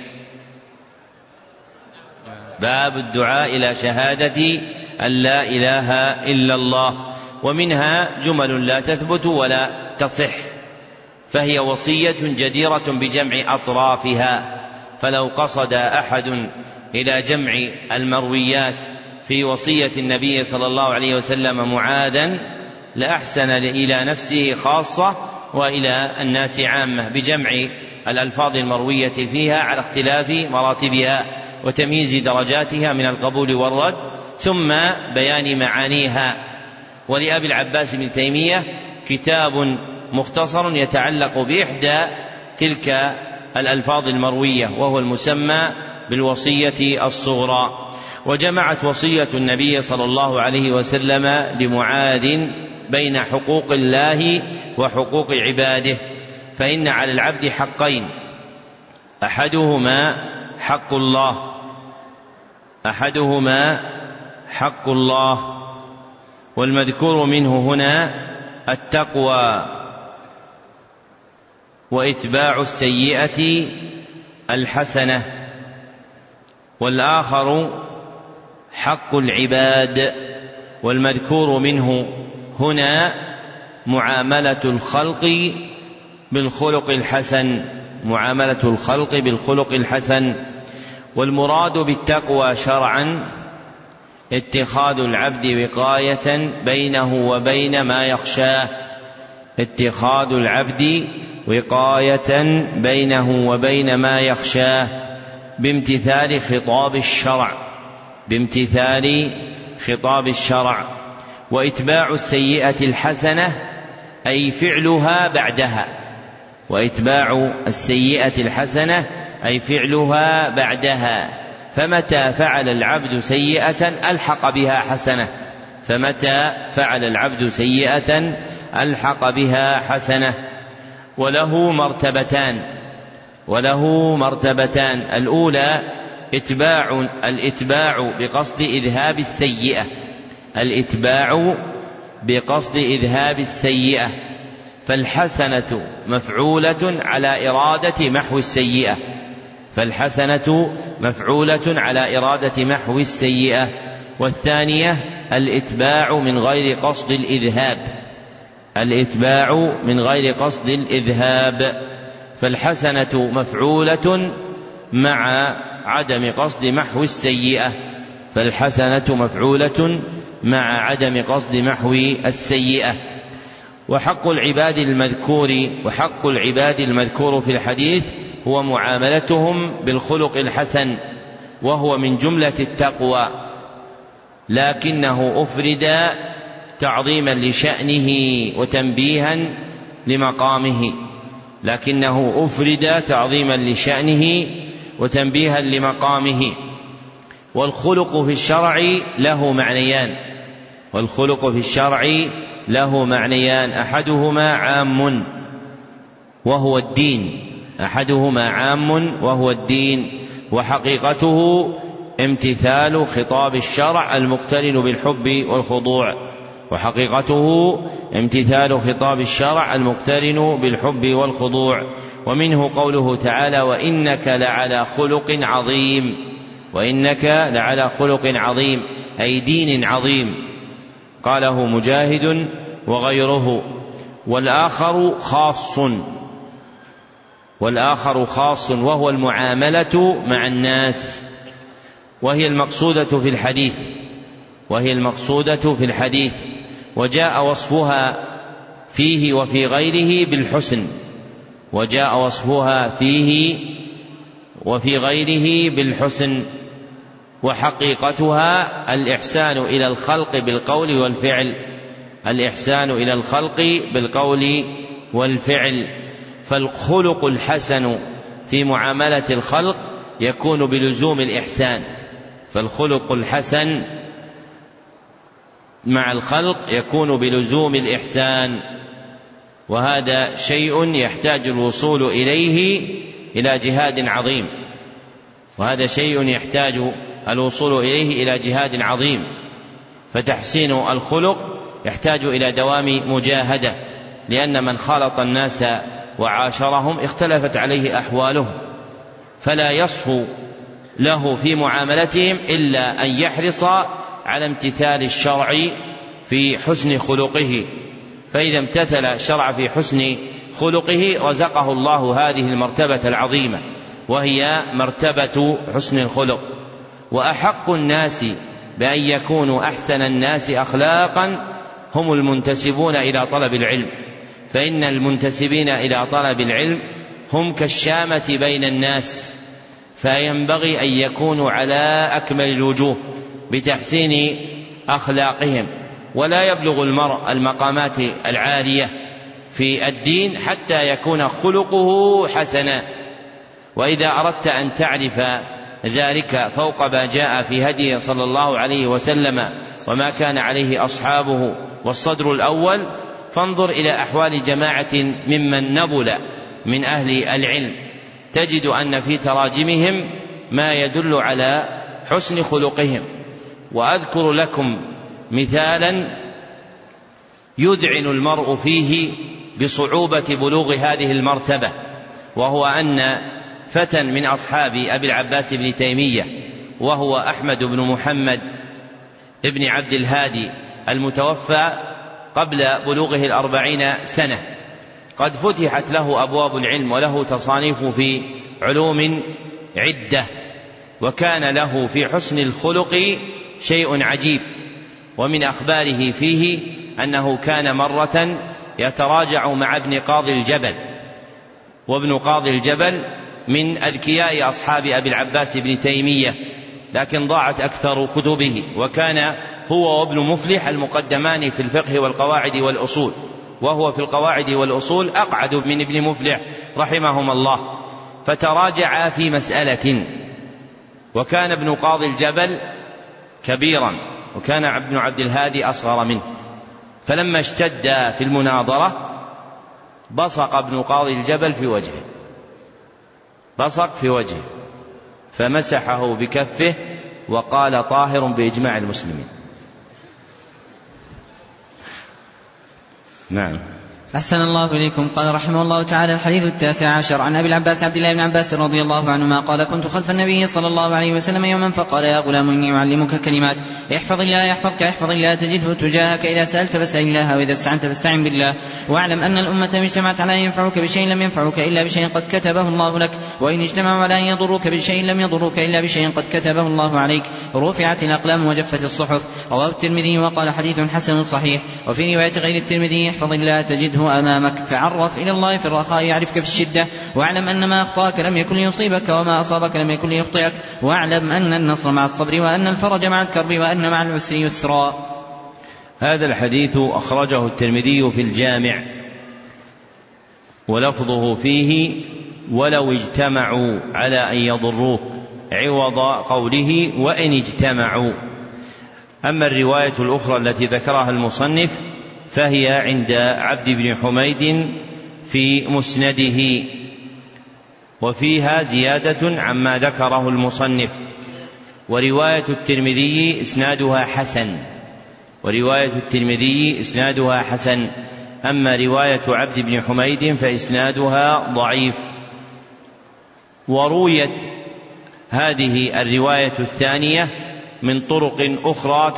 باب الدعاء إلى شهادة أن لا إله إلا الله، ومنها جمل لا تثبت ولا تصح، فهي وصية جديرة بجمع أطرافها، فلو قصد أحد إلى جمع المرويات في وصية النبي صلى الله عليه وسلم معاذا لأحسن إلى نفسه خاصة وإلى الناس عامة بجمع الألفاظ المروية فيها على اختلاف مراتبها وتمييز درجاتها من القبول والرد، ثم بيان معانيها. ولأبي العباس بن تيمية كتاب مختصر يتعلق بإحدى تلك الألفاظ المروية، وهو المسمى بالوصية الصغرى. وجمعت وصية النبي صلى الله عليه وسلم لمعاذ بين حقوق الله وحقوق عباده، فإن على العبد حقين: أحدهما حق الله، والمذكور منه هنا التقوى وإتباع السيئة الحسنة، والآخر حق العباد، والمذكور منه هنا معاملة الخلق بالخلق الحسن. والمراد بالتقوى شرعا اتخاذ العبد وقاية بينه وبين ما يخشاه، اتخاذ العبد وقاية بينه وبين ما يخشاه بامتثال خطاب الشرع، وإتباع السيئة الحسنة أي فعلها بعدها، فمتى فعل العبد سيئة ألحق بها حسنة. وله مرتبتان، الأولى الإتباع بقصد إذهاب السيئة، فالحسنة مفعولة على إرادة محو السيئة. والثانية الإتباع من غير قصد الإذهاب، فالحسنة مفعولة مع عدم قصد محو السيئة. وحق العباد المذكور في الحديث هو معاملتهم بالخلق الحسن، وهو من جملة التقوى، لكنه أفرد تعظيما لشأنه وتنبيها لمقامه. والخلق في الشرع له معنيان، أحدهما عام وهو الدين، وحقيقته امتثال خطاب الشرع المقترن بالحب والخضوع. ومنه قوله تعالى: وإنك لعلى خلق عظيم، أي دين عظيم، قاله مجاهد وغيره. والآخر خاص وهو المعاملة مع الناس، وهي المقصودة في الحديث، وجاء وصفها فيه وفي غيره بالحسن، وحقيقتها الإحسان إلى الخلق بالقول فالخلق الحسن في معاملة الخلق يكون بلزوم الإحسان، مع الخلق يكون بلزوم الإحسان. وهذا شيء يحتاج الوصول إليه إلى جهاد عظيم، فتحسين الخلق يحتاج إلى دوام مجاهدة، لأن من خالط الناس وعاشرهم اختلفت عليه أحوالهم، فلا يصفو له في معاملتهم إلا أن يحرص على امتثال الشرع في حسن خلقه، فإذا امتثل الشرع في حسن خلقه رزقه الله هذه المرتبة العظيمة، وهي مرتبة حسن الخلق. وأحق الناس بأن يكونوا أحسن الناس أخلاقا هم المنتسبون إلى طلب العلم، فإن المنتسبين إلى طلب العلم هم كالشامة بين الناس، فينبغي أن يكونوا على أكمل الوجوه بتحسين أخلاقهم. ولا يبلغ المرء المقامات العالية في الدين حتى يكون خلقه حسنا. وإذا أردت أن تعرف ذلك فوق ما جاء في هديه صلى الله عليه وسلم وما كان عليه أصحابه والصدر الأول، فانظر إلى أحوال جماعة ممن نبل من أهل العلم، تجد أن في تراجمهم ما يدل على حسن خلقهم. وأذكر لكم مثالا يذعن المرء فيه بصعوبة بلوغ هذه المرتبة، وهو أن فتى من أصحاب أبي العباس بن تيمية، وهو أحمد بن محمد ابن عبد الهادي المتوفى قبل بلوغه 40 سنة، قد فتحت له أبواب العلم وله تصانيف في علوم عدة، وكان له في حسن الخلق شيء عجيب. ومن أخباره فيه أنه كان مرة يتراجع مع ابن قاضي الجبل، وابن قاضي الجبل من أذكياء أصحاب أبي العباس بن تيمية، لكن ضاعت أكثر كتبه، وكان هو وابن مفلح المقدمان في الفقه والقواعد والأصول، وهو في القواعد والأصول أقعد من ابن مفلح رحمهما الله، فتراجع في مسألة، وكان ابن قاضي الجبل كبيرا وكان ابن عبد الهادي أصغر منه، فلما اشتد في المناظرة بصق ابن قاضي الجبل في وجهه، بصق في وجهه فمسحه بكفه وقال طاهر بإجماع المسلمين. نعم. أحسن الله إليكم. قال رحمه الله تعالى: الحديث 19 عن أبي العباس عبد الله بن عباس رضي الله عنهما قال: كنت خلف النبي صلى الله عليه وسلم يوما فقال: يا غلام إني أعلمك كلمات احفظ الله يحفظك، احفظ الله تجده تجاهك، إذا سألت فاسأل الله، وإذا استعنت فاستعن بالله، واعلم أن الأمة اجتمعت على أن ينفعوك بشيء لم ينفعوك إلا بشيء قد كتبه الله لك، وإن اجتمعوا على أن يضروك بشيء لم يضروك إلا بشيء قد كتبه الله عليك، رفعت الأقلام وجفت الصحف. رواه الترمذي وقال: حديث حسن صحيح. وفي رواية غير الترمذي: احفظ الله تجده أمامك، تعرف إلى الله في الرخاء يعرفك في الشدة، واعلم أن ما أخطأك لم يكن ليصيبك، وما أصابك لم يكن ليخطئك، واعلم أن النصر مع الصبر، وأن الفرج مع الكرب، وأن مع العسر يسرا. هذا الحديث أخرجه الترمذي في الجامع، ولفظه فيه: ولو اجتمعوا على أن يضروك، عوض قوله وإن اجتمعوا. أما الرواية الأخرى التي ذكرها المصنف فهي عند عبد بن حميد في مسنده، وفيها زيادة عما ذكره المصنف. ورواية الترمذي إسنادها حسن، أما رواية عبد بن حميد فإسنادها ضعيف. ورويت هذه الرواية الثانية من طرق أخرى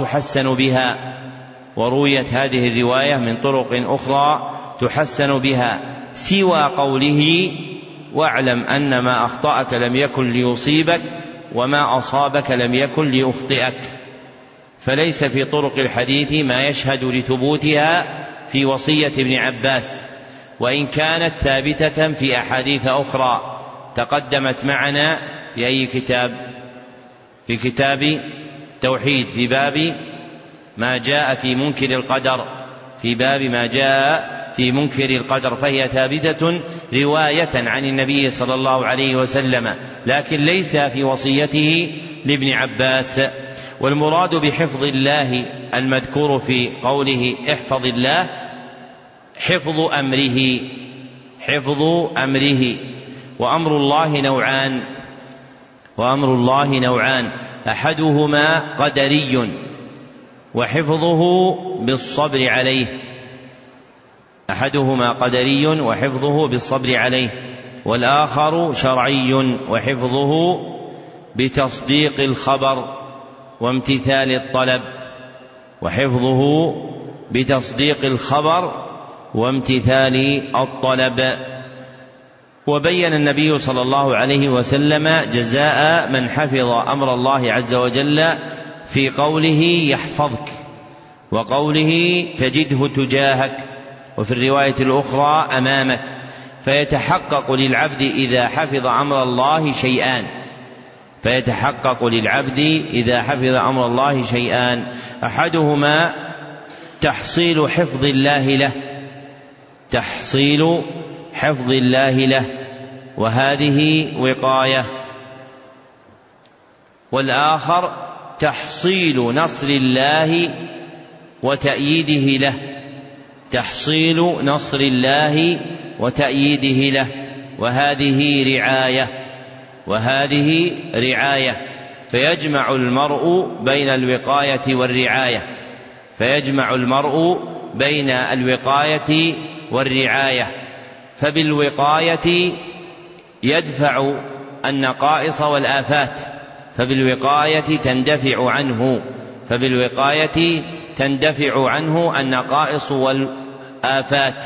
تحسن بها سوى قوله: واعلم أن ما أخطأك لم يكن ليصيبك، وما أصابك لم يكن ليخطئك. فليس في طرق الحديث ما يشهد لثبوتها في وصية ابن عباس، وإن كانت ثابتة في أحاديث أخرى تقدمت معنا في أي كتاب؟ في كتاب التوحيد، في باب ما جاء في منكر القدر، فهي ثابتة رواية عن النبي صلى الله عليه وسلم، لكن ليس في وصيته لابن عباس. والمراد بحفظ الله المذكور في قوله احفظ الله حفظ أمره. وأمر الله نوعان، أحدهما قدري وحفظه بالصبر عليه، والآخر شرعي وحفظه بتصديق الخبر وامتثال الطلب. وبين النبي صلى الله عليه وسلم جزاء من حفظ أمر الله عز وجل في قوله يحفظك، وقوله تجده تجاهك، وفي الرواية الأخرى أمامك. فيتحقق للعبد إذا حفظ أمر الله شيئان، أحدهما تحصيل حفظ الله له، وهذه وقاية، والآخر تحصيل نصر الله وتأييده له، وهذه رعاية. فيجمع المرء بين الوقاية والرعاية. فبالوقاية يدفع النقائص والآفات، تندفع عنه النقائص والآفات.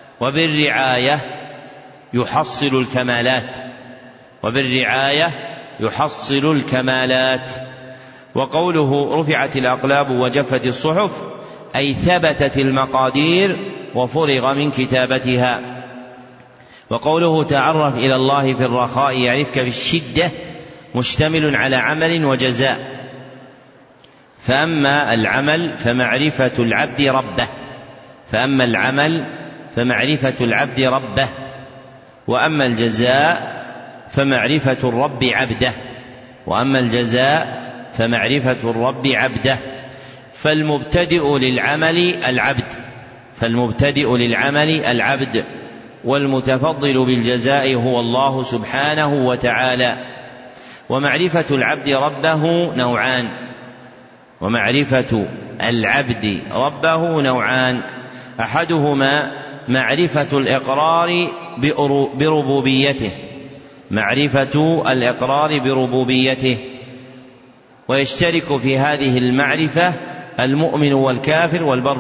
وبالرعاية يحصل الكمالات. وقوله رفعت الأقلام وجفت الصحف أي ثبتت المقادير وفرغ من كتابتها. وقوله تعرف إلى الله في الرخاء يعرفك في الشدة مشتمل على عمل وجزاء. فأما العمل فمعرفة العبد ربه، فأما العمل فمعرفة العبد ربه، وأما الجزاء فمعرفة الرب عبده، وأما الجزاء فمعرفة الرب عبده. فالمبتدئ للعمل العبد، والمتفضل بالجزاء هو الله سبحانه وتعالى. ومعرفة العبد ربه نوعان، أحدهما معرفة الإقرار بربوبيته، ويشترك في هذه المعرفة المؤمن والكافر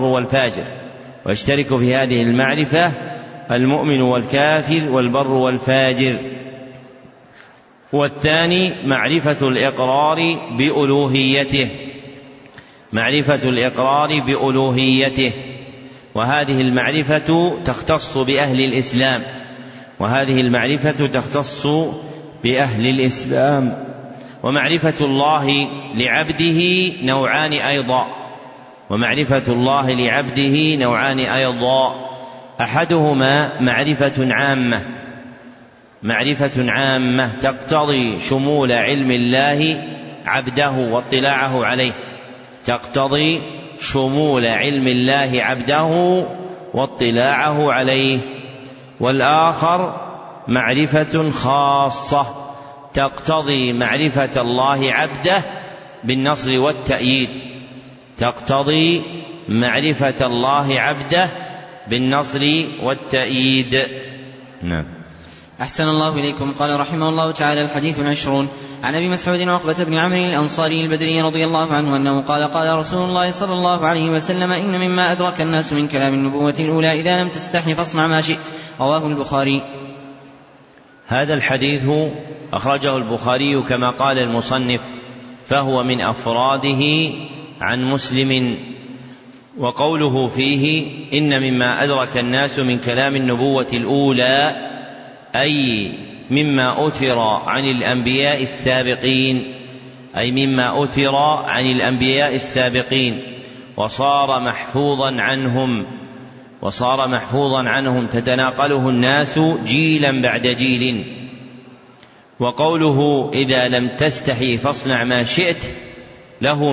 والبر والفاجر. والثاني معرفة الإقرار بألوهيته، وهذه المعرفة تختص بأهل الإسلام. ومعرفة الله لعبده نوعان أيضا، أحدهما معرفة عامة تقتضي شمول علم الله عبده واطلاعه عليه. والآخر معرفة خاصة تقتضي معرفة الله عبده بالنصر والتأييد. نعم. أحسن الله إليكم. قال رحمه الله تعالى: الحديث 20 عن أبي مسعود عقبة بن عمرو الأنصاري البدري رضي الله عنه أنه قال: قال رسول الله صلى الله عليه وسلم: إن مما أدرك الناس من كلام النبوة الأولى إذا لم تستحي فاصنع ما شئت. رواه البخاري. هذا الحديث أخرجه البخاري كما قال المصنف، فهو من أفراده عن مسلم. وقوله فيه إن مما أدرك الناس من كلام النبوة الأولى أي مما أثر عن الأنبياء السابقين وصار محفوظا عنهم تتناقله الناس جيلا بعد جيل. وقوله إذا لم تستحي فاصنع ما شئت له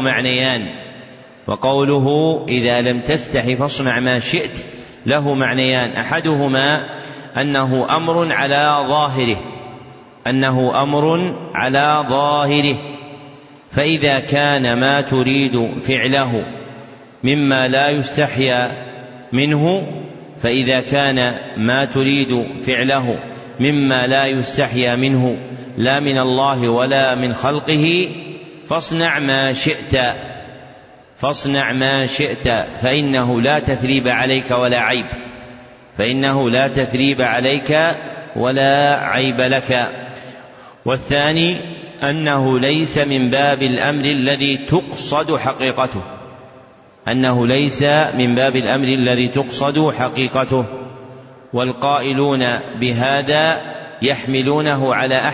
معنيان، أحدهما أنه أمر على ظاهره، فإذا كان ما تريد فعله مما لا يستحيا منه لا من الله ولا من خلقه فاصنع ما شئت فإنه لا تثريب عليك ولا عيب لك. والثاني أنه ليس من باب الأمر الذي تقصد حقيقته، والقائلون بهذا يحملونه على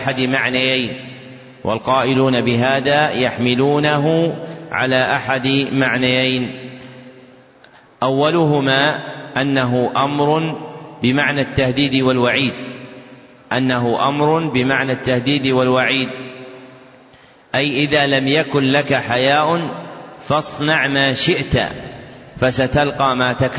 أحد معنيين، أولهما أنه أمر بمعنى التهديد والوعيد، أي إذا لم يكن لك حياء فاصنع ما شئت فستلقى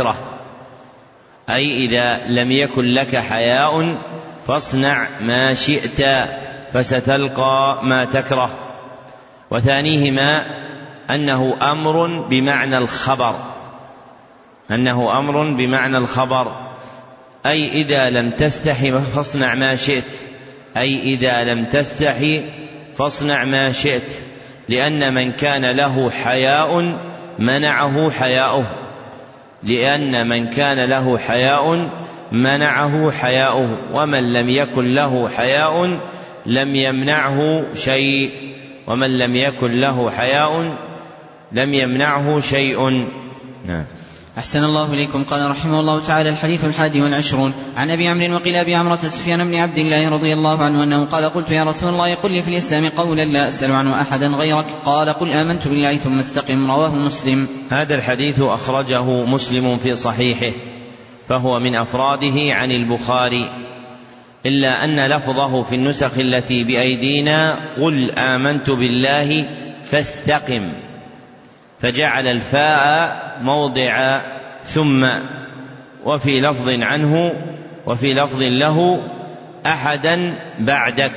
ما تكره. وثانيهما أنه أمر بمعنى الخبر، أي إذا لم تستحي فاصنع ما شئت، لأن من كان له حياء منعه حياؤه، ومن لم يكن له حياء لم يمنعه شيء، ومن لم يكن له حياء لم يمنعه شيء. نعم. أحسن الله إليكم. قال رحمه الله تعالى: الحديث 21 عن أبي عمرو وقيل أبي عمرة سفيان بن عبد الله رضي الله عنه أنه قال: قلت يا رسول الله قل لي في الإسلام قولا لا أسأل عنه أحدا غيرك، قال: قل آمنت بالله ثم استقم. رواه مسلم. هذا الحديث أخرجه مسلم في صحيحه، فهو من أفراده عن البخاري، إلا أن لفظه في النسخ التي بأيدينا: قل آمنت بالله فاستقم، فجعل الفاء موضع ثم، وفي لفظ عنه وفي لفظ له: أحدا بعدك.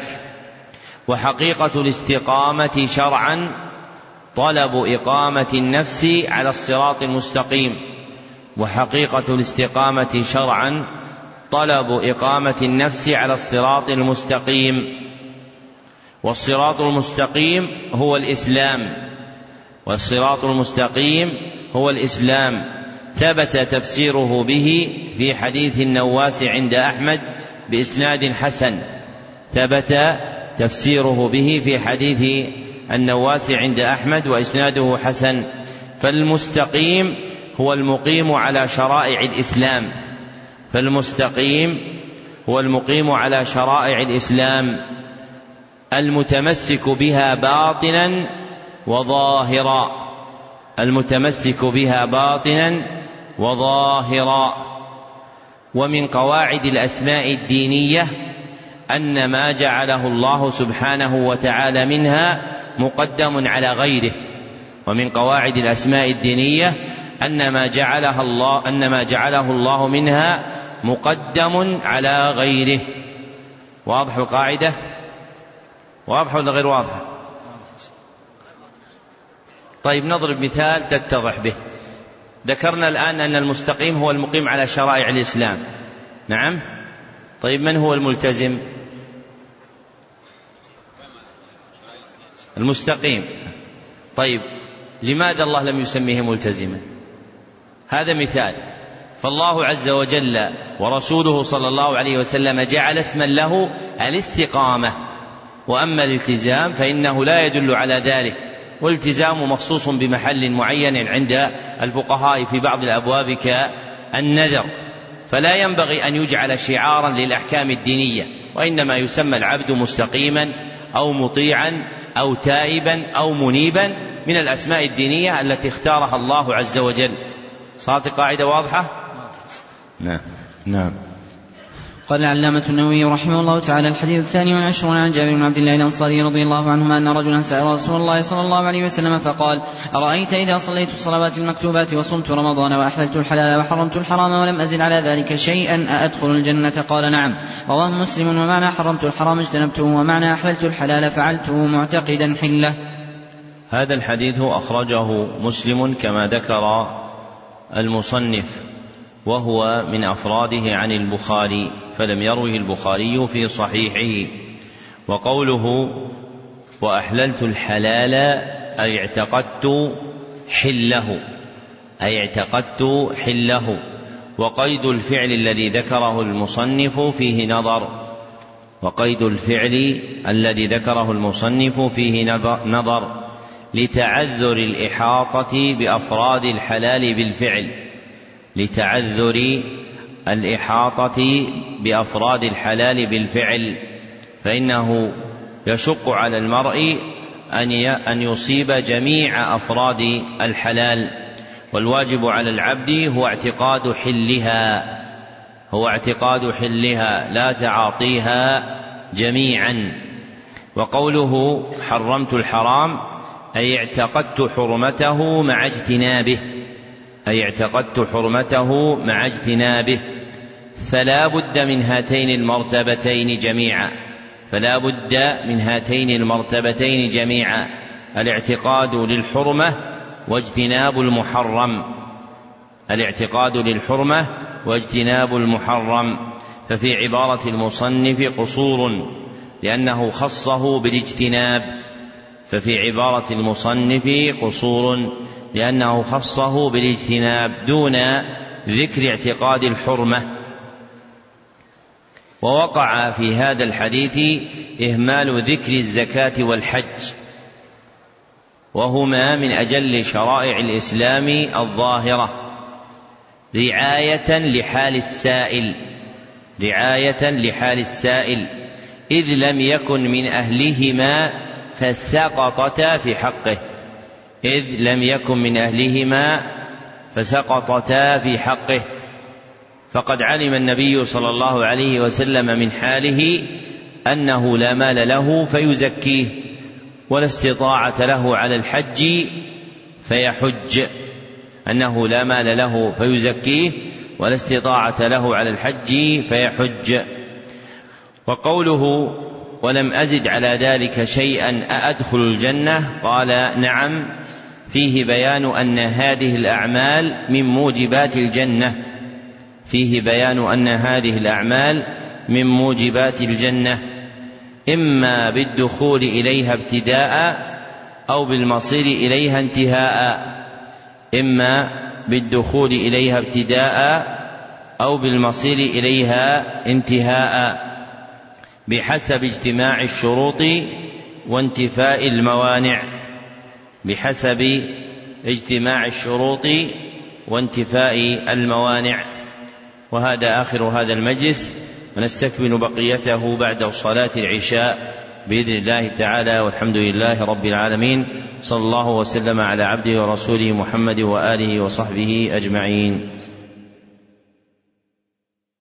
وحقيقة الاستقامة شرعا طلب إقامة النفس على الصراط المستقيم، وحقيقة الاستقامة شرعا طلب إقامة النفس على الصراط المستقيم. والصراط المستقيم هو الإسلام، والصراط المستقيم هو الإسلام. ثبت تفسيره به في حديث النواس عند أحمد بإسناد حسن، ثبت تفسيره به في حديث النواس عند أحمد وإسناده حسن. فالمستقيم هو المقيم على شرائع الإسلام، فالمستقيم هو المقيم على شرائع الإسلام المتمسك بها باطنا وظاهرا، المتمسك بها باطنا وظاهرا. ومن قواعد الأسماء الدينية أن ما جعله الله سبحانه وتعالى منها مقدم على غيره، ومن قواعد الأسماء الدينية أن ما جعله الله منها مقدم على غيره. واضح القاعدة؟ واضح ولا غير واضح؟ طيب نضرب مثال تتضح به. ذكرنا الآن أن المستقيم هو المقيم على شرائع الإسلام. نعم. طيب من هو الملتزم؟ المستقيم. طيب لماذا الله لم يسميه ملتزما؟ هذا مثال. فالله عز وجل ورسوله صلى الله عليه وسلم جعل اسما له الاستقامة، وأما الالتزام فإنه لا يدل على ذلك، والالتزام مخصوص بمحل معين عند الفقهاء في بعض الأبواب كالنذر، فلا ينبغي أن يجعل شعارا للأحكام الدينية، وإنما يسمى العبد مستقيما أو مطيعا أو تائبا أو منيبا من الأسماء الدينية التي اختارها الله عز وجل. صارت قاعدة واضحة؟ نعم. نعم. قال العلامة النووي رحمه الله تعالى: الحديث 22 عن جابر بن عبد الله الأنصاري رضي الله عنهما أن رجلا سأل رسول الله صلى الله عليه وسلم فقال: أرأيت إذا صليت الصلوات المكتوبات وصمت رمضان وأحللت الحلال وحرمت الحرام ولم أزل على ذلك شيئا أأدخل الجنة؟ قال: نعم. رواه مسلم. ومعنى حرمت الحرام اجتنبته، ومعنى أحللت الحلال فعلته معتقدا حله. هذا الحديث أخرجه مسلم كما ذكر المصنف، وهو من أفراده عن البخاري، فلم يروه البخاري في صحيحه. وقوله وأحللت الحلال أي اعتقدت حله، أي اعتقدت حله. وقيد الفعل الذي ذكره المصنف فيه نظر، وقيد الفعل الذي ذكره المصنف فيه نظر لتعذر الإحاطة بأفراد الحلال بالفعل، لتعذر الإحاطة بأفراد الحلال بالفعل، فإنه يشق على المرء أن يصيب جميع أفراد الحلال، والواجب على العبد هو اعتقاد حلها لا تعاطيها جميعا. وقوله حرمت الحرام أي اعتقدت حرمته مع اجتنابه، أي اعتقدت حرمته مع اجتنابه. فلا بد من هاتين المرتبتين جميعا، فلا بد من هاتين المرتبتين جميعا، الاعتقاد للحرمة واجتناب المحرم، الاعتقاد للحرمة واجتناب المحرم. ففي عبارة المصنف قصور لأنه خصه بالاجتناب، ففي عبارة المصنف قصور لأنه خصه بالاجتناب دون ذكر اعتقاد الحرمة. ووقع في هذا الحديث إهمال ذكر الزكاة والحج، وهما من أجل شرائع الإسلام الظاهرة رعاية لحال السائل إذ لم يكن من أهلهما فسقطتا في حقه، فقد علم النبي صلى الله عليه وسلم من حاله أنه لا مال له فيزكيه ولا استطاعة له على الحج فيحج. وقوله ولم أزد على ذلك شيئا أأدخل الجنة، قال نعم، فيه بيان أن هذه الأعمال من موجبات الجنة إما بالدخول إليها ابتداء أو بالمصير إليها انتهاء بحسب اجتماع الشروط وانتفاء الموانع. وهذا آخر هذا المجلس، ونستكمل بقيته بعد صلاة العشاء بإذن الله تعالى، والحمد لله رب العالمين، صلى الله وسلم على عبده ورسوله محمد وآله وصحبه أجمعين.